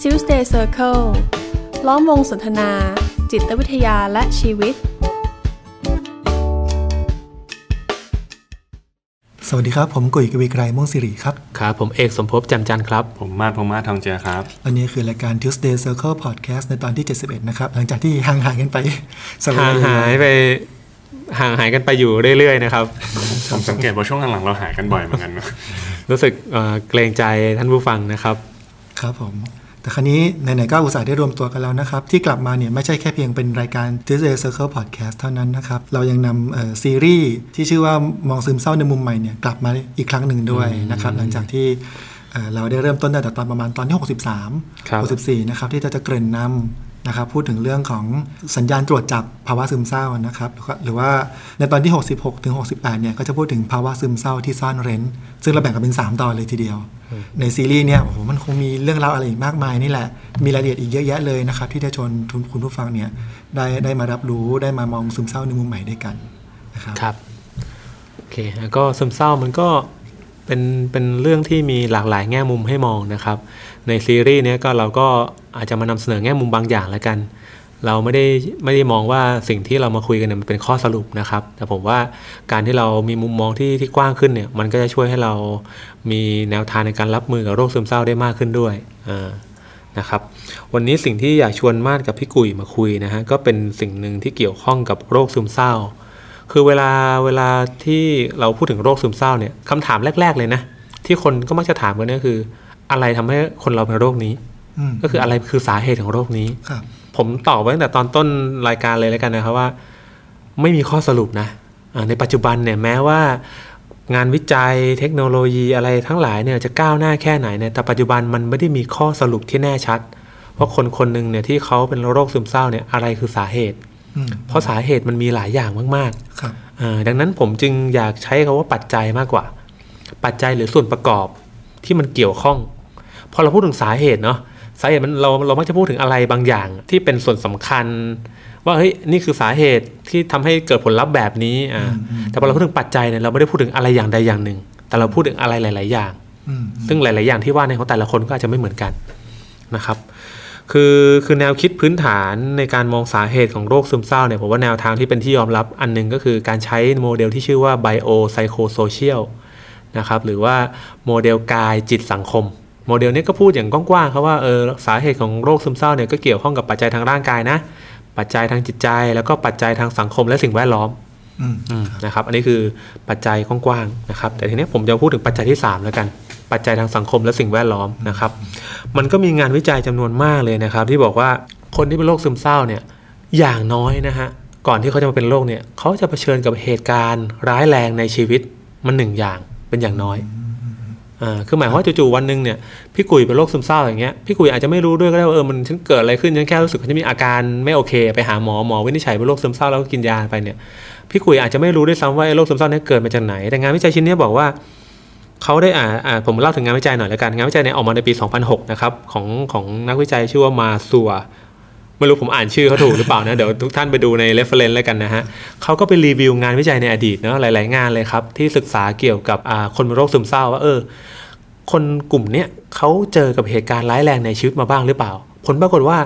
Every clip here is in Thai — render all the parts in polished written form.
Tuesday Circle ล้อมวงสนทนาจิตวิทยาและชีวิตสวัสดีครับผมกุยกวีไกรม่วงสิริครับครับผมเอกสมภพแจ่มจันทร์ครับผมมาทองเจือครับและนี่คือรายการ Tuesday Circle Podcast ในตอนที่71นะครับหลังจากที่ห่างหายกันไปห่างหายกันไปอยู่เรื่อยๆนะครับผมสังเกตว่าช่วงหลังๆเราหายกันบ่อยเหมือนกันรู้สึกเกรงใจท่านผู้ฟังนะครับครับผมแต่คราวนี้ไหนๆก็อุตส่าห์ได้รวมตัวกันแล้วนะครับที่กลับมาเนี่ยไม่ใช่แค่เพียงเป็นรายการ Tuesday Circle Podcast เท่านั้นนะครับเรายังนำซีรีส์ที่ชื่อว่ามองซึมเศร้าในมุมใหม่เนี่ยกลับมาอีกครั้งหนึ่งด้วยนะครับหลังจากที่เราได้เริ่มต้นตั้งแต่ตอนประมาณตอนที่63 64นะครับที่จะเกริ่นนำนะครับพูดถึงเรื่องของสัญญาณตรวจจับภาวะซึมเศร้านะครับหรือว่าในตอนที่66ถึง68เนี่ยก็จะพูดถึงภาวะซึมเศร้าที่ซ่อนเร้นซึ่งเราแบ่งกันเป็น3ตอนเลยทีเดียวในซีรีส์เนี่ยโอ้โหมันคงมีเรื่องราวอะไรอีกมากมายนี่แหละมีรายละเอียดอีกเยอะแยะเลยนะครับที่จะชวนคุณผู้ฟังเนี่ยได้มารับรู้ได้มามองซึมเศร้าในมุมใหม่ด้วยกันนะครับครับโอเคแล้วก็ซึมเศร้ามันก็เป็นเรื่องที่มีหลากหลายแง่มุมให้มองนะครับในซีรีส์นี้ก็เราก็อาจจะมานำเสนอแง่มุมบางอย่างแล้วกันเราไม่ได้มองว่าสิ่งที่เรามาคุยกันเนี่ยมันเป็นข้อสรุปนะครับแต่ผมว่าการที่เรามีมุมมองที่กว้างขึ้นเนี่ยมันก็จะช่วยให้เรามีแนวทางในการรับมือกับโรคซึมเศร้าได้มากขึ้นด้วยนะครับวันนี้สิ่งที่อยากชวนมาดกับพี่กุ๋ยมาคุยนะฮะก็เป็นสิ่งหนึ่งที่เกี่ยวข้องกับโรคซึมเศร้าคือเวลาที่เราพูดถึงโรคซึมเศร้าเนี่ยคำถามแรกๆเลยนะที่คนก็มักจะถามกันเนี่ยคืออะไรทำให้คนเราเป็นโรคนี้ก็คืออะไรคือสาเหตุของโรคนี้ผมตอบไว้ตั้งแต่ตอนต้นรายการเลยแล้วกันนะครับว่าไม่มีข้อสรุปนะในปัจจุบันเนี่ยแม้ว่างานวิจัยเทคโนโลยีอะไรทั้งหลายเนี่ยจะก้าวหน้าแค่ไหนเนี่ยแต่ปัจจุบันมันไม่ได้มีข้อสรุปที่แน่ชัดเพราะคนหนึ่งเนี่ยที่เขาเป็นโรคซึมเศร้าเนี่ยอะไรคือสาเหตุเพราะสาเหตุมันมีหลายอย่างมากๆดังนั้นผมจึงอยากใช้คำว่าปัจจัยมากกว่าปัจจัยหรือส่วนประกอบที่มันเกี่ยวข้องพอเราพูดถึงสาเหตุเนาะสาเหตุมันเรามักจะพูดถึงอะไรบางอย่างที่เป็นส่วนสำคัญว่าเฮ้ยนี่คือสาเหตุที่ทำให้เกิดผลลัพธ์แบบนี้แต่พอเราพูดถึงปัจจัยเนี่ยเราไม่ได้พูดถึงอะไรอย่างใดอย่างหนึ่งแต่เราพูดถึงอะไรหลายๆอย่างซึ่งหลายๆอย่างที่ว่าในของแต่ละคนก็อาจจะไม่เหมือนกันนะครับคือแนวคิดพื้นฐานในการมองสาเหตุของโรคซึมเศร้าเนี่ยผมว่าแนวทางที่เป็นที่ยอมรับอันนึงก็คือการใช้โมเดลที่ชื่อว่า biopsychosocial นะครับหรือว่าโมเดลกายจิตสังคมโมเดลนี้ก็พูดอย่างกว้างๆครับว่าสาเหตุของโรคซึมเศร้าเนี่ยก็เกี่ยวข้องกับปัจจัยทางร่างกายนะปัจจัยทางจิตใจแล้วก็ปัจจัยทางสังคมและสิ่งแวดล้อมนะครับอันนี้คือปัจจัยกว้างๆนะครับแต่ทีนี้ผมจะพูดถึงปัจจัยที่3แล้วกันปัจจัยทางสังคมและสิ่งแวดล้อมนะครับมันก็มีงานวิจัยจำนวนมากเลยนะครับที่บอกว่าคนที่เป็นโรคซึมเศร้าเนี่ยอย่างน้อยนะฮะก่อนที่เขาจะมาเป็นโรคเนี่ยเขาจะเผชิญกับเหตุการณ์ร้ายแรงในชีวิตมัน1อย่างเป็นอย่างน้อยคือหมายว่าจู่ๆวันนึงเนี่ยพี่กุ๋ยเป็นโรคซึมเศร้าอย่างเงี้ยพี่กุ๋ยอาจจะไม่รู้ด้วยก็ได้ว่ามันฉันเกิดอะไรขึ้นฉันแค่รู้สึกว่าฉันมีอาการไม่โอเคไปหาหมอวินิจฉัยเป็นโรคซึมเศร้าแล้วก็กินยาไปเนี่ยพี่กุ๋ยอาจจะไม่รู้ด้วยซ้ำว่าโรคซึมเศร้านี้เกิดมาจากไหนแต่งานวิจัยชิ้นนี้บอกว่าเขาได้ผมเล่าถึงงานวิจัยหน่อยแล้วกันงานวิจัยเนี่ยออกมาในปี2006นะครับของนักวิจัยชื่อว่ามาซัวไม่รู้ผมอ่านชื่อเขาถูกหรือเปล่านะเดี๋ยวทุกท่านไปดูใน reference แล้วกันนะฮะเขาก็ไปรีวิวงานวิจัยในอดีตเนาะหลายๆงานเลยครับที่ศึกษาเกี่ยวกับคนเป็นโรคซึมเศร้าว่าคนกลุ่มเนี้ยเขาเจอกับเหตุการณ์ร้ายแรงในชีวิตมาบ้างหรือเปล่าผลปรากฏว่า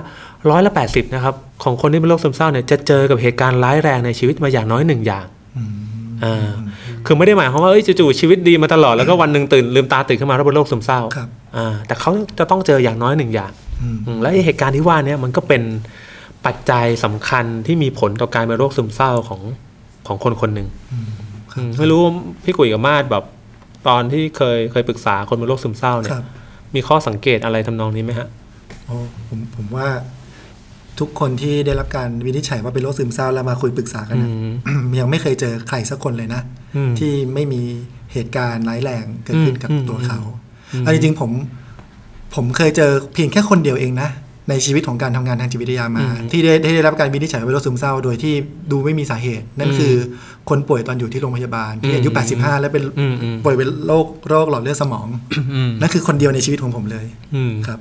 80%นะครับของคนที่เป็นโรคซึมเศร้าเนี่ยจะเจอกับเหตุการณ์ร้ายแรงในชีวิตมาอย่างน้อย1อย่างคือไม่ได้หมายความว่าจู่ๆชีวิตดีมาตลอดแล้วก็วันนึงลืมตาตื่นขึ้นมาแล้วเป็นโรคซึมเศร้าแต่เขาจะต้องเจออย่างน้อย1อย่างและเหตุการณ์ที่ว่านี้มันก็เป็นปัจจัยสำคัญที่มีผลต่อการเป็นโรคซึมเศร้าของคนหนึ่งไม่รู้พี่กุ๋ยกับมาดแบบตอนที่เคยปรึกษาคนเป็นโรคซึมเศร้าเนี่ยมีข้อสังเกตอะไรทำนองนี้ไหมฮะผมว่าทุกคนที่ได้รับการวินิจฉัยว่าเป็นโรคซึมเศร้าแล้วมาคุยปรึกษากันยังไม่เคยเจอใครสักคนเลยนะที่ไม่มีเหตุการณ์ร้ายแรงเกิดขึ้นกับตัวเขาจริงๆผมเคยเจอเพียงแค่คนเดียวเองนะในชีวิตของการทำงานทางจิตวิทยามาที่ได้รับการวินิจฉัยว่าเป็นโรคซึมเศร้าโดยที่ดูไม่มีสาเหตุนั่นคือคนป่วยตอนอยู่ที่โรงพยาบาลที่อายุ85แล้วเป็นป่วยเป็นโรคหลอดเลือดสมองนั่นคือคนเดียวในชีวิตของผมเลยครับ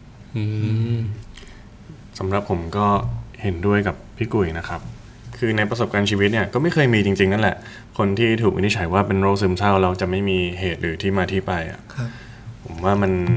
สำหรับผมก็เห็นด้วยกับพี่กุ๋ยนะครับคือในประสบการณ์ชีวิตเนี่ยก็ไม่เคยมีจริงๆนั่นแหละคนที่ถูกวินิจฉัยว่าเป็นโรคซึมเศร้าเราจะไม่มีเหตุหรือที่มาที่ไปผมว่ามัน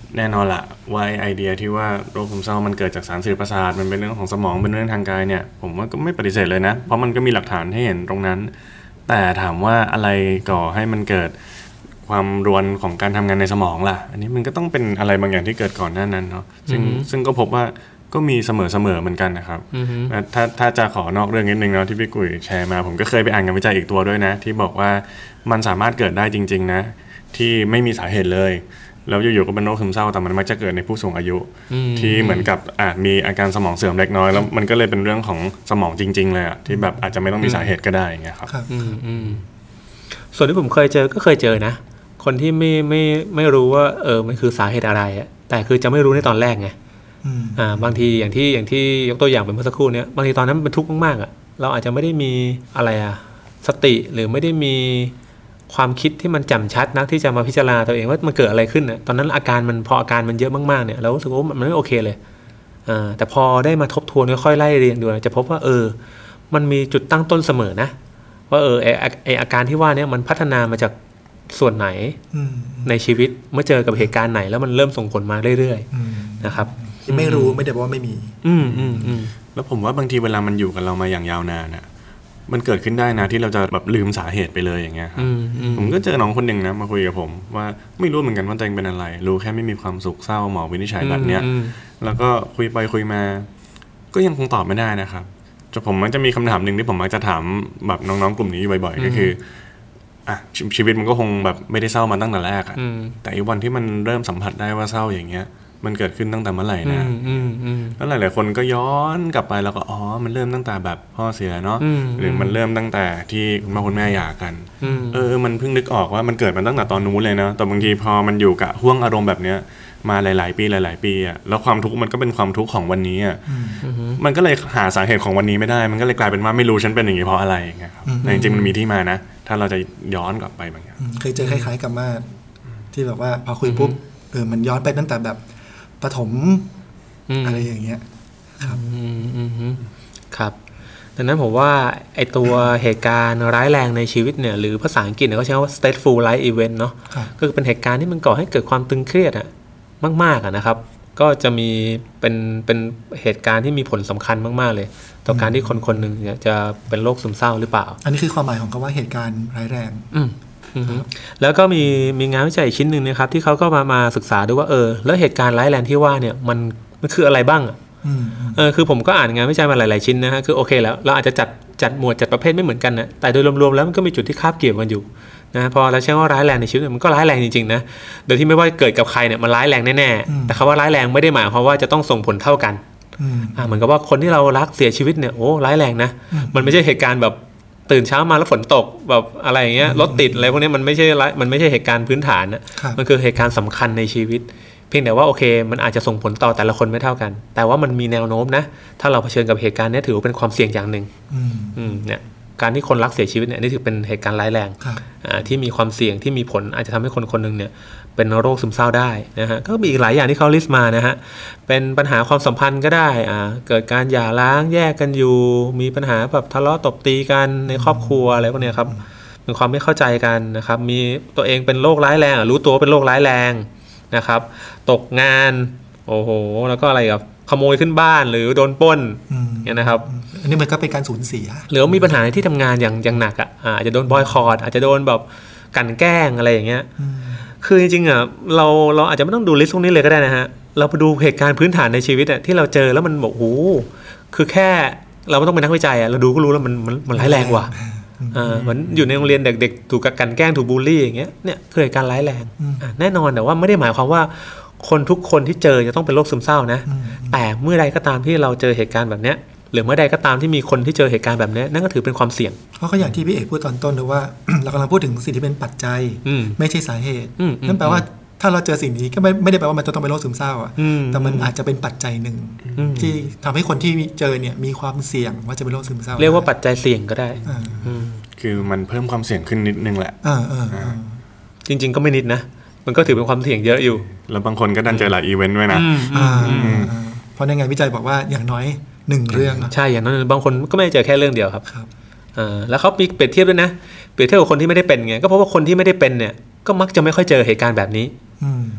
แน่นอนละว่าไอเดียที่ว่าโรคซึมเศร้ามันเกิดจากสารสื่อประสาทมันเป็นเรื่องของสมองเป็นเรื่องทางกายเนี่ยผมว่าก็ไม่ปฏิเสธเลยนะเพราะมันก็มีหลักฐานให้เห็นตรงนั้นแต่ถามว่าอะไรก่อให้มันเกิดความรวนของการทำงานในสมองล่ะอันนี้มันก็ต้องเป็นอะไรบางอย่างที่เกิดก่อนหน้านั้นเนาะซึ่งก็พบว่าก็มีเสมอเหมือนกันนะครับถ้าจะขอนอกเรื่องนิดนึงเนาะที่พี่กุ้ยแชร์มาผมก็เคยไปอ่านงานวิจัยอีกตัวด้วยนะที่บอกว่ามันสามารถเกิดได้จริงๆนะที่ไม่มีสาเหตุเลยแล้วอยู่ๆก็เป็นโรคซึมเศร้าแต่มันมักจะเกิดในผู้สูงอายุที่เหมือนกับอาจมีอาการสมองเสื่อมเล็กน้อยแล้วมันก็เลยเป็นเรื่องของสมองจริงๆเลยอะที่แบบอาจจะไม่ต้องมีสาเหตุก็ได้อย่างเงี้ยครับส่วนที่ผมเคยเจอนะคนที่ไม่รู้ว่ามันคือสาเหตุอะไรอะแต่คือจะไม่รู้ในตอนแรกไงบางทีอย่างที่ยกตัวอย่างเป็นเมื่อสักครู่เนี้ยบางทีตอนนั้นมันทุกข์มากๆอ่ะเราอาจจะไม่ได้มีอะไรสติหรือไม่ได้มีความคิดที่มันแจ่มชัดนักที่จะมาพิจารณาตัวเองว่ามันเกิดอะไรขึ้นน่ะตอนนั้นพออาการมันเยอะมากๆเนี่ยเรารู้สึกว่ามันไม่โอเคเลยแต่พอได้มาทบทวนค่อยๆไล่เรียงดูจะพบว่ามันมีจุดตั้งต้นเสมอนะว่าไออาการที่ว่านี้มันพัฒนามาจากส่วนไหนในชีวิตเมื่อเจอกับเหตุการณ์ไหนแล้วมันเริ่มส่งผลมาเรื่อยๆนะครับที่ไม่รู้ไม่ได้บอกว่าไม่มีแล้วผมว่าบางทีเวลามันอยู่กับเรามาอย่างยาวนานน่ะมันเกิดขึ้นได้นะที่เราจะแบบลืมสาเหตุไปเลยอย่างเงี้ยครับผมก็เจอน้องคนหนึ่งนะมาคุยกับผมว่าไม่รู้เหมือนกันว่าตัวเองเป็นอะไรรู้แค่ไม่มีความสุขเศร้าหมอวินิจฉัยแบบเนี้ยแล้วก็คุยไปคุยมาก็ยังคงตอบไม่ได้นะครับผมมันจะมีคำถามนึงที่ผมมักจะถามแบบน้องๆกลุ่มนี้บ่อยๆก็คือชีวิตมันก็คงแบบไม่ได้เศร้ามาตั้งแต่แรกแต่อีกวันที่มันเริ่มสัมผัสได้ว่าเศร้าอย่างเงี้ยมันเกิดขึ้นตั้งแต่เมื่อไหร่นะแล้วหลายๆคนก็ย้อนกลับไปแล้วก็มันเริ่มตั้งแต่แบบพ่อเสียเนาะหรือมันเริ่มตั้งแต่ที่คุณพ่อคุณแม่หย่ากันมันเพิ่งนึกออกว่ามันเกิดมาตั้งแต่ตอนนู้นเลยนะแต่บางทีพอมันอยู่กับห่วงอารมณ์แบบเนี้ยมาหลายๆปีอ่ะแล้วความทุกข์มันก็เป็นความทุกข์ของวันนี้อ่ะมันก็เลยหาสาเหตุของวันนี้ไม่ได้มันก็เลยกลายเป็นว่าไม่รู้ฉันเป็นอย่างนี้เพราะอะไรอย่างเงี้ยครับแต่จริงๆมันมีที่มานะถ้าเราจะย้อนกลับไปบางอย่างเคยเจอคล้ายๆกับมาที่แบบว่าพอคุยปุ๊บมันย้อนไปตั้งแต่แบบประถมอะไรอย่างเงี้ยครับครับดังนั้นผมว่าไอตัวเหตุการณ์ร้ายแรงในชีวิตเนี่ยหรือภาษาอังกฤษเนี่ยเขาใช้ว่า stressful life event เนาะก็คือเป็นเหตุการณ์ที่มันก่อให้เกิดความตึงเครียดมากๆนะครับก็จะมีเป็นเหตุการณ์ที่มีผลสำคัญมากๆเลยต่อการที่คนๆนึงเนี่ยจะเป็นโรคซึมเศร้าหรือเปล่าอันนี้คือความหมายของคำว่าเหตุการณ์ร้ายแรงแล้วก็มีงานวิจัยชิ้นหนึ่งนะครับที่เขาก็มาศึกษาดูว่าแล้วเหตุการณ์ร้ายแรงที่ว่าเนี่ยมันคืออะไรบ้างคือผมก็อ่านงานวิจัยมาหลายๆชิ้นนะฮะคือโอเคแล้วเราอาจจะจัดหมวดจัดประเภทไม่เหมือนกันนะแต่โดยรวมๆแล้วมันก็มีจุดที่คาบเกี่ยวกันอยู่นะพอเราใช้ว่าร้ายแรงในชีวิตมันก็ร้ายแรงจริงๆนะโดยที่ไม่ว่าเกิดกับใครเนี่ยมันร้ายแรงแน่ๆแต่คำว่าร้ายแรงไม่ได้หมายความว่าจะต้องส่งผลเท่ากันเหมือนกับว่าคนที่เรารักเสียชีวิตเนี่ยโอ้ร้ายแรงนะมันไม่ใช่เหตุการณ์แบบตื่นเช้ามาแล้วฝนตกแบบอะไรอย่างเงี้ยรถติดอะไรพวกนี้มันไม่ใช่เหตุการณ์พื้นฐานนะมันคือเหตุการณ์สำคัญในชีวิตเพียงแต่ว่าโอเคมันอาจจะส่งผลต่อแต่ละคนไม่เท่ากันแต่ว่ามันมีแนวโน้มนะถ้าเราเผชิญกับเหตุการณ์นี้ถือว่าเป็นความเสี่ยงอย่างหนึ่งเนี่ยการที่คนรักเสียชีวิตเนี่ยนี่ถือเป็นเหตุการณ์ร้ายแรงที่มีความเสี่ยงที่มีผลอาจจะทำให้คนๆนึงเนี่ยเป็นโรคซึมเศร้าได้นะฮะก็มีอีกหลายอย่างที่เขาลิสต์มานะฮะเป็นปัญหาความสัมพันธ์ก็ได้เกิดการหย่าร้างแยกกันอยู่มีปัญหาแบบทะเลาะตบตีกันในครอบครัวอะไรพวกนี้ครับเป็นความไม่เข้าใจกันนะครับมีตัวเองเป็นโรคร้ายแรงรู้ตัวเป็นโรคร้ายแรงนะครับตกงานโอ้โหแล้วก็อะไรกับขโมยขึ้นบ้านหรือโดนปล้นเนี่ยนะครับอันนี้มันก็เป็นการสูญเสียหรือมีปัญหาที่ทำงานอย่างหนักอาจจะโดนบอยคอตอาจจะโดนแบบกันแกล้งอะไรอย่างเงี้ยคือจริงๆเราอาจจะไม่ต้องดูลิสต์พวกนี้เลยก็ได้นะฮะเราไปดูเหตุการณ์พื้นฐานในชีวิตที่เราเจอแล้วมันบอกโอ้คือแค่เราไม่ต้องเป็นนักวิจัยเราดูก็รู้แล้วมันร้ายแรงกว่าเหมือนอยู่ในโรงเรียนเด็กๆถูกกันแกล้งถูกบูลลี่อย่างเงี้ยเนี่ยคือเหตุการณ์ร้ายแรงแน่นอนแต่ว่าไม่ได้หมายความว่าคนทุกคนที่เจอจะต้องเป็นโรคซึมเศร้านะแต่เมื่อใดก็ตามที่เราเจอเหตุการณ์แบบเนี้ยหรือเมื่อใดก็ตามที่มีคนที่เจอเหตุการณ์แบบนี้นั่นก็ถือเป็นความเสี่ยงเพราะก็อย่างที่พี่เอกพูดตอนต้นเลยว่า เรากำลังพูดถึงสิ่งที่เป็นปัจจัยไม่ใช่สาเหตุนั่นแปลว่าถ้าเราเจอสิ่งนี้ก็ไม่ได้แปลว่ามันจะต้องเป็นโรคซึมเศร้าแต่มันอาจจะเป็นปัจจัยหนึ่งที่ทำให้คนที่เจอเนี่ยมีความเสี่ยงว่าจะเป็นโรคซึมเศร้าเรียกว่าปัจจัยเสี่ยงก็ได้คือมันเพิ่มความเสี่ยงขึ้นนิดนึงแหละจริงๆก็ไม่นิดนะมันก็ถือเป็นความเสี่ยงเยอะอยู่แล้วบางคนก็ดันเจอหลายอีเวนต์ด้วยนะเพราะในงานวิจัยบอกว่าอย่างน้อย1เรื่องใช่อย่างนั้นบางคนก็ไม่ได้เจอแค่เรื่องเดียวครับแล้วเขามีเปรียบเทียบด้วยนะเปรียบเทียบกับคนที่ไม่ได้เป็นไงก็เพราะว่าคนที่ไม่ได้เป็นเนี่ยก็มักจะไม่ค่อยเจอเหตุการณ์แบบนี้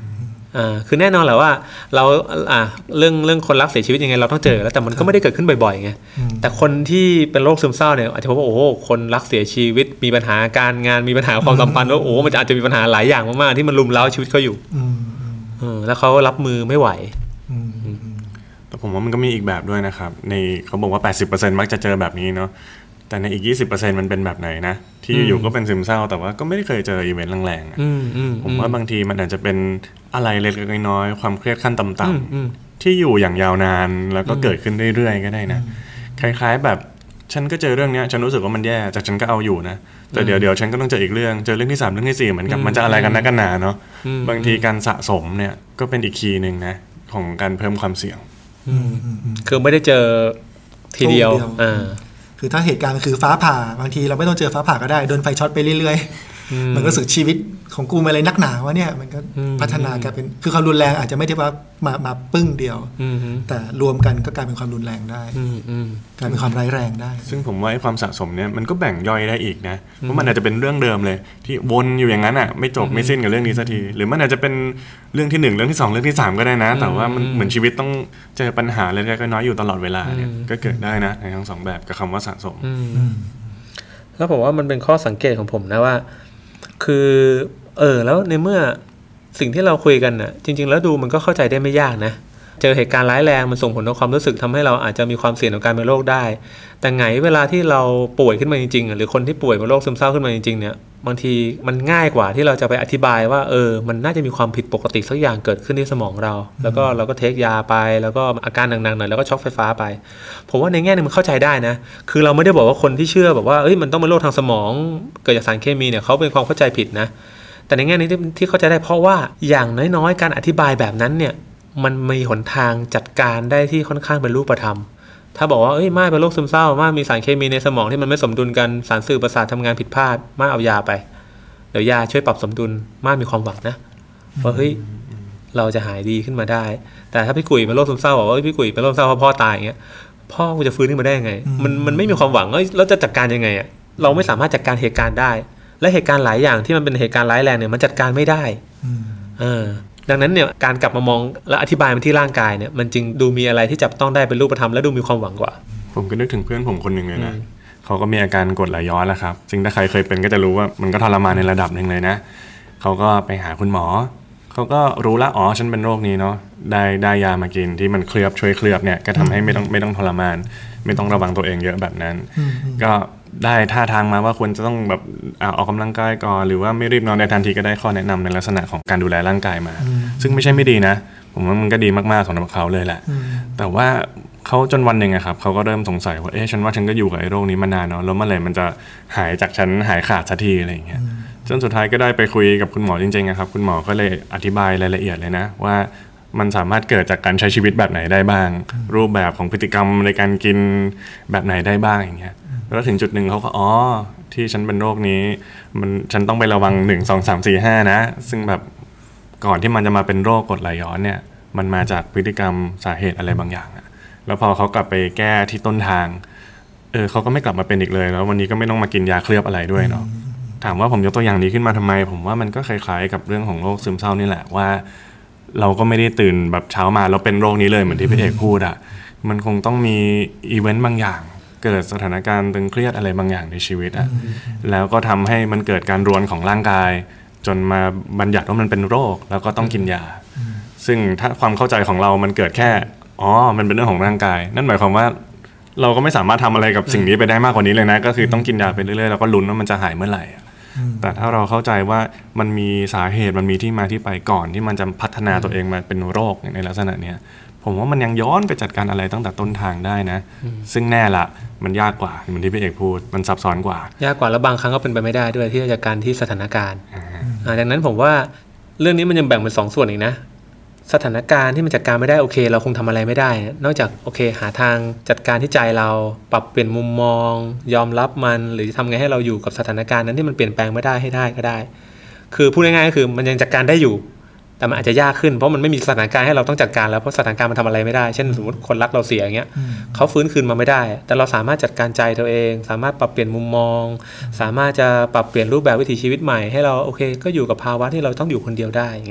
คือแน่นอนแหละว่าเราเรื่องคนรักเสียชีวิตยังไงเราต้องเจอแล้วแต่มันก็ไม่ได้เกิดขึ้นบ่อยๆไงแต่คนที่เป็นโรคซึมเศร้าเนี่ยอาจจะพบว่าโอ้โหคนรักเสียชีวิตมีปัญหาการงานมีปัญหาความสัมพันธ์ว่าโอ้มันอาจจะมีปัญหาหลายอย่างมากๆที่มันรุมเร้าชีวิตเขาอยู่แล้วเขารับมือไม่ไหวแต่ผมว่ามันก็มีอีกแบบด้วยนะครับในเขาบอกว่า 80% มักจะเจอแบบนี้เนาะแต่ในอีก 20% มันเป็นแบบไหนนะที่อยู่ก็เป็นซึมเศร้าแต่ว่าก็ไม่ได้เคยเจออีเวนต์แรงๆผมว่าบางทีมันอาจจะเป็นอะไรเล็กๆน้อยๆความเครียดขั้นต่ำๆที่อยู่อย่างยาวนานแล้วก็เกิดขึ้นเรื่อยๆก็ได้นะคล้ายๆแบบฉันก็เจอเรื่องนี้ฉันรู้สึกว่ามันแย่แต่ฉันก็เอาอยู่นะแต่เดี๋ยวฉันก็ต้องเจออีกเรื่องเจอเรื่องที่3เรื่องที่4เหมือนกับมันจะอะไรกันนักกันหนาเนาะบางทีการสะสมเนี่ยก็เป็นอีกคีย์นึงนะของการเพิ่มความเสี่ยงคือไม่ได้เจอทีเดียวคือถ้าเหตุการณ์คือฟ้าผ่าบางทีเราไม่ต้องเจอฟ้าผ่าก็ได้โดนไฟช็อตไปเรื่อยๆมันก็รู้สึกชีวิตของกูมาเลยนักหนาวะเนี่ยมันก็พัฒนากลายเป็นคือความรุนแรงอาจจะไม่ได้ว่ามาปึ้งเดียวแต่รวมกันก็กลายเป็นความรุนแรงได้กลายเป็นความร้ายแรงได้ซึ่งผมว่าความสะสมเนี่ยมันก็แบ่งย่อยได้อีกนะเพราะมันอาจจะเป็นเรื่องเดิมเลยที่วนอยู่อย่างนั้นอ่ะไม่จบไม่สิ้นกับเรื่องนี้สักทีหรือมันอาจจะเป็นเรื่องที่1เรื่องที่2เรื่องที่3ก็ได้นะแต่ว่ามันเหมือนชีวิตต้องเจอปัญหาเล็กๆน้อยๆอยู่ตลอดเวลาเนี่ยก็เกิดได้นะในทั้ง2แบบกับคำว่าสะสมแล้วผมว่ามันเป็นข้อสังเกตของผมนะว่าคือแล้วในเมื่อสิ่งที่เราคุยกันน่ะจริงๆแล้วดูมันก็เข้าใจได้ไม่ยากนะเจอเหตุการณ์ร้ายแรงมันส่งผลต่อความรู้สึกทำให้เราอาจจะมีความเสี่ยงต่อการเป็นโรคได้แต่ไงเวลาที่เราป่วยขึ้นมาจริงๆหรือคนที่ป่วยเป็นโรคซึมเศร้าขึ้นมาจริงๆเนี่ยบางทีมันง่ายกว่าที่เราจะไปอธิบายว่ามันน่าจะมีความผิดปกติสักอย่างเกิดขึ้นที่สมองเราแล้วก็เราก็เทคยาไปแล้วก็อาการหนักๆหน่อยแล้วก็ช็อกไฟฟ้าไปผมว่าในแง่นึงมันเข้าใจได้นะคือเราไม่ได้บอกว่าคนที่เชื่อแบบว่ามันต้องเป็นโรคทางสมองเกิดจากสารเคมีเนี่ยเขาเป็นความเข้าใจผิดนะแต่ในแง่นี้ที่เข้าใจได้เพราะว่าอย่างน้อยๆการอธิบายแบบนั้นเนี่ยมันมีหนทางจัดการได้ที่ค่อนข้างเป็นรูปธรรมถ้าบอกว่าม่าเป็นโรคซึมเศร้าม่ามีสารเคมีในสมองที่มันไม่สมดุลกันสารสื่อประสาททำงานผิดพลาดม่าเอายาไปเดี๋ยวยาช่วยปรับสมดุลม่ามีความหวังนะว่าเราจะหายดีขึ้นมาได้แต่ถ้าพี่กุยเป็นโรคซึมเศร้าบอกว่าพี่กุยเป็นโรคซึมเศร้าเพราะพ่อตายอย่างเงี้ยพ่อกูจะฟื้นขึ้นมาได้ยังไงมันไม่มีความหวังแล้วจะจัดการยังไงอ่ะเราไม่สามารถจัดการเหตุการณ์ได้และเหตุการณ์หลายอย่างที่มันเป็นเหตุการณ์ร้ายแรงเนี่ยมันจัดการไม่ได้ดังนั้นเนี่ยการกลับมามองและอธิบายมันที่ร่างกายเนี่ยมันจึงดูมีอะไรที่จับต้องได้เป็นรูปธรรมและดูมีความหวังกว่าผมก็นึกถึงเพื่อนผมคนหนึ่งเลยนะเขาก็มีอาการกรดไหลย้อนแล้วครับซึ่งถ้าใครเคยเป็นก็จะรู้ว่ามันก็ทรมานในระดับหนึ่งเลยนะเขาก็ไปหาคุณหมอเขาก็รู้ละฉันเป็นโรคนี้เนาะได้ยามากินที่มันช่วยเคลือบเนี่ยก็ทำให้ไม่ต้องทรมานไม่ต้องระวังตัวเองเยอะแบบนั้นก็ได้ท่าทางมาว่าควรจะต้องแบบออกกำลังกายก่อนหรือว่าไม่รีบนอนในทันทีก็ได้ข้อแนะนำในลักษณะของการดูแลร่างกายมาซึ่งไม่ใช่ไม่ดีนะผมว่ามันก็ดีมากๆสำหรับเขาเลยแหละแต่ว่าเขาจนวันหนึ่งอะครับเขาก็เริ่มสงสัยว่าฉันว่าฉันก็อยู่กับไอ้โรคนี้มานานเนาะแล้วเมื่อไหร่มันจะหายจากฉันหายขาดสักทีอะไรอย่างเงี้ยจนสุดท้ายก็ได้ไปคุยกับคุณหมอจริงๆอะครับคุณหมอก็เลยอธิบายรายละเอียดเลยนะว่ามันสามารถเกิดจากการใช้ชีวิตแบบไหนได้บ้างรูปแบบของพฤติกรรมในการกินแบบไหนได้บ้างอย่างเงี้ยแล้วถึงจุดหนึ่งเขาก็ที่ฉันเป็นโรคนี้ฉันต้องไประวัง1 2 3 4 5นะซึ่งแบบก่อนที่มันจะมาเป็นโรคกรดไหลย้อนเนี่ยมันมาจากพฤติกรรมสาเหตุอะไรบางอย่างอะแล้วพอเขากลับไปแก้ที่ต้นทางเขาก็ไม่กลับมาเป็นอีกเลยแล้ววันนี้ก็ไม่ต้องมากินยาเคลือบอะไรด้วยเนาะถามว่าผมยกตัวอย่างนี้ขึ้นมาทำไมผมว่ามันก็คล้ายๆกับเรื่องของโรคซึมเศร้านี่แหละว่าเราก็ไม่ได้ตื่นแบบเช้ามาแล้วเป็นโรคนี้เลยเหมือนที่พี่เอกพูดอ่ะมันคงต้องมีอีเวนต์บางอย่างเกิดสถานการณ์ตึงเครียดอะไรบางอย่างในชีวิตอ่ะแล้วก็ทำให้มันเกิดการรวนของร่างกายจนมาบัญญัติว่ามันเป็นโรคแล้วก็ต้องกินยาซึ่งถ้าความเข้าใจของเรามันเกิดแค่มันเป็นเรื่องของร่างกายนั่นหมายความว่าเราก็ไม่สามารถทำอะไรกับสิ่งนี้ไปได้มากกว่านี้เลยนะก็คือต้องกินยาไปเรื่อยๆแล้วก็ลุ้นว่ามันจะหายเมื่อไหร่แต่ถ้าเราเข้าใจว่ามันมีสาเหตุมันมีที่มาที่ไปก่อนที่มันจะพัฒนาตัวเองมาเป็นโรคในลักษณะเนี้ยผมว่ามันยังย้อนไปจัดการอะไรตั้งแต่ต้นทางได้นะซึ่งแน่ละมันยากกว่าเหมือนที่พี่เอกพูดมันซับซ้อนกว่ายากกว่าแล้วบางครั้งก็เป็นไปไม่ได้ด้วยที่จะจัดการที่สถานการณ์ดังนั้นผมว่าเรื่องนี้มันยังแบ่งเป็น2 ส่วนอีกนะสถานการณ์ที่มันจัดการไม่ได้โอเคเราคงทำอะไรไม่ได้นอกจากโอเคหาทางจัดการที่ใจเราปรับเปลี่ยนมุมมองยอมรับมันหรือทำไงให้เราอยู่กับสถานการณ์นั้นที่มันเปลี่ยนแปลงไม่ได้ให้ได้ก็ได้คือพูดง่ายๆก็คือมันยังจัดการได้อยู่แต่มันอาจจะยากขึ้นเพราะมันไม่มีสถานการณ์ให้เราต้องจัดการแล้วเพราะสถานการณ์มันทำอะไรไม่ได้เช่นสมมติคนรักเราเสียอย่างเงี้ยเขาฟื้นคืนมาไม่ได้แต่เราสามารถจัดการใจตัวเองสามารถปรับเปลี่ยนมุมมองสามารถจะปรับเปลี่ยนรูปแบบวิถีชีวิตใหม่ให้เราโอเคก็อยู่กับภาวะที่เราต้องอยู่คนเดียวได้อย่างเงี้ย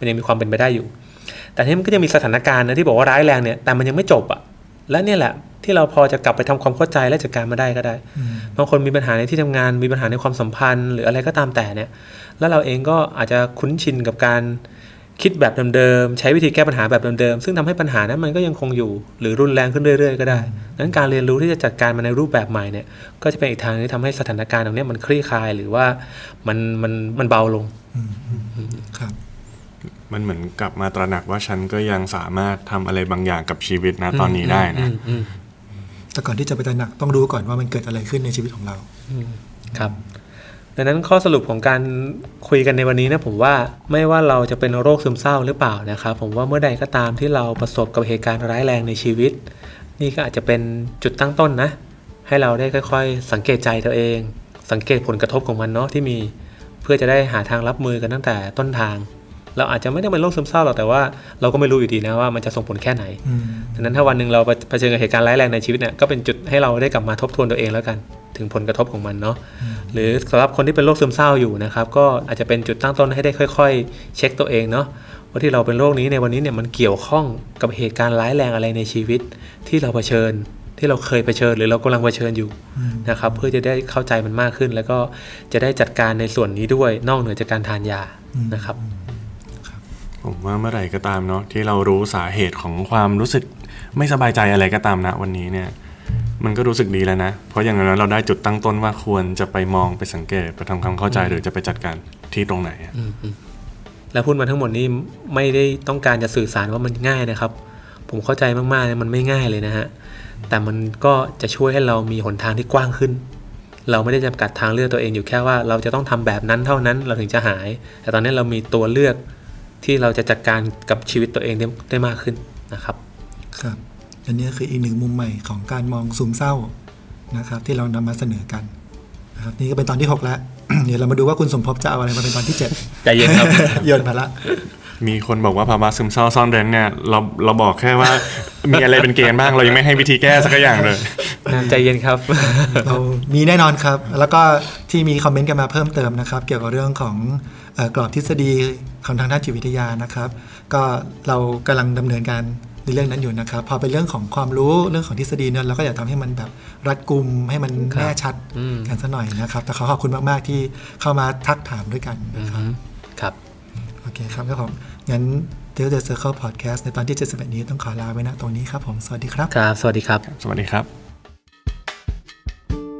มันยังมีความเป็นไปได้อยู่แต่ที่มันก็ยังมีสถานการณ์นะที่บอกว่าร้ายแรงเนี่ยแต่มันยังไม่จบอ่ะและเนี่ยแหละที่เราพอจะกลับไปทำความเข้าใจและจัดการมาได้ก็ได้บางคนมีปัญหาในที่ทำงานมีปัญหาในความสัมพันธ์หรืออะไรก็ตามแต่เนี่ยแล้วเราเองก็อาจจะคุ้นชินกับการคิดแบบเดิมๆใช้วิธีแก้ปัญหาแบบเดิมๆซึ่งทำให้ปัญหานั้นมันก็ยังคงอยู่หรือรุนแรงขึ้นเรื่อยๆก็ได้ดังนั้นการเรียนรู้ที่จะจัดการมันในรูปแบบใหม่เนี่ยก็จะเป็นอีกทางที่ทำให้สถานการณ์ตรงนี้มันคลี่คลายหรือว่ามันเบาลงครับมันเหมือนกลับมาตระหนักว่าฉันก็ยังสามารถทำอะไรบางอย่างกับชีวิตนะตอนนี้ได้นะแต่ก่อนที่จะไปตระหนักต้องรู้ก่อนว่ามันเกิดอะไรขึ้นในชีวิตของเราครับดังนั้นข้อสรุปของการคุยกันในวันนี้นะผมว่าไม่ว่าเราจะเป็นโรคซึมเศร้าหรือเปล่านะครับผมว่าเมื่อใดก็ตามที่เราประสบกับเหตุการณ์ร้ายแรงในชีวิตนี่ก็อาจจะเป็นจุดตั้งต้นนะให้เราได้ค่อยๆสังเกตใจตัวเองสังเกตผลกระทบของมันเนาะที่มีเพื่อจะได้หาทางรับมือกันตั้งแต่ต้นทางเราอาจจะไม่ได้เป็นโรคซึมเศร้าหรอกแต่ว่าเราก็ไม่รู้อยู่ดีนะว่ามันจะส่งผลแค่ไหนดังนั้นถ้าวันหนึ่งเราเผชิญกับเหตุการณ์ร้ายแรงในชีวิตเนี่ยก็เป็นจุดให้เราได้กลับมาทบทวนตัวเองแล้วกันถึงผลกระทบของมันเนาะหรือสำหรับคนที่เป็นโรคซึมเศร้าอยู่นะครับก็อาจจะเป็นจุดตั้งต้นให้ได้ค่อยๆเช็คตัวเองเนาะว่าที่เราเป็นโรคนี้ในวันนี้เนี่ยมันเกี่ยวข้องกับเหตุการณ์ร้ายแรงอะไรในชีวิตที่เราเผชิญที่เราเคยเผชิญหรือเรากำลังเผชิญอยู่นะครับเพื่อจะได้เข้าใจมันมากขึ้นแล้วก็จะได้จัดการในส่วนนี้ด้วยนอกเหนือจากการทานยานะครับผมว่าเมื่อไหร่ก็ตามเนาะที่เรารู้สาเหตุของความรู้สึกไม่สบายใจอะไรก็ตามนะวันนี้เนี่ยมันก็รู้สึกดีแล้วนะเพราะอย่างนั้นเราได้จุดตั้งต้นว่าควรจะไปมองไปสังเกตไปทำความเข้าใจหรือจะไปจัดการที่ตรงไหนแล้วพูดมาทั้งหมดนี้ไม่ได้ต้องการจะสื่อสารว่ามันง่ายนะครับผมเข้าใจมากๆมันไม่ง่ายเลยนะฮะแต่มันก็จะช่วยให้เรามีหนทางที่กว้างขึ้นเราไม่ได้จำกัดทางเลือกตัวเองอยู่แค่ว่าเราจะต้องทำแบบนั้นเท่านั้นเราถึงจะหายแต่ตอนนี้เรามีตัวเลือกที่เราจะจัดการกับชีวิตตัวเองได้มากขึ้นนะครับครับอันนี้คืออีกหนึ่งมุมใหม่ของการมองซึมเศร้านะครับที่เรานำมาเสนอกันนะครับนี่ก็เป็นตอนที่6แล้ว เดี๋ยวเรามาดูว่าคุณสมภพจะเอาอะไรมาเป็นตอนที่7 ใจเย็นครับโยนมาละมีคนบอกว่าภาวะซึมเศร้าซ่อนเร้นเนี่ยเราบอกแค่ว่ามีอะไรเป็นเกณฑ์บ้างเรายังไม่ให้วิธีแก้สักอย่างเลยใจเย็นครับเรามีแน่นอนครับแล้วก็ที่มีคอมเมนต์กันมาเพิ่มเติมนะครับเกี่ยวกับเรื่องของกรอบทฤษฎีของทางด้านจิตวิทยานะครับก็เรากำลังดำเนินการในเรื่องนั้นอยู่นะครับพอเป็นเรื่องของความรู้เรื่องของทฤษฎีเนี่ยเราก็อยากทำให้มันแบบรัดกุมให้มันแน่ชัดกันซะหน่อยนะครับแต่ขอบคุณมากๆที่เข้ามาทักถามด้วยกันนะครับครับโอเคครับผมงั้น The Circle Podcast ในตอนที่71นี้ต้องขอลาไว้ณตรงนี้ครับผมสวัสดีครับครับสวัสดีครับสวัสดีครับ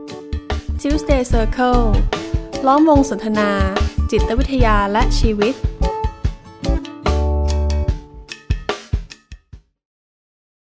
Tuesday Circle ล้อมวงสนทนาจิตวิทยาและชีวิต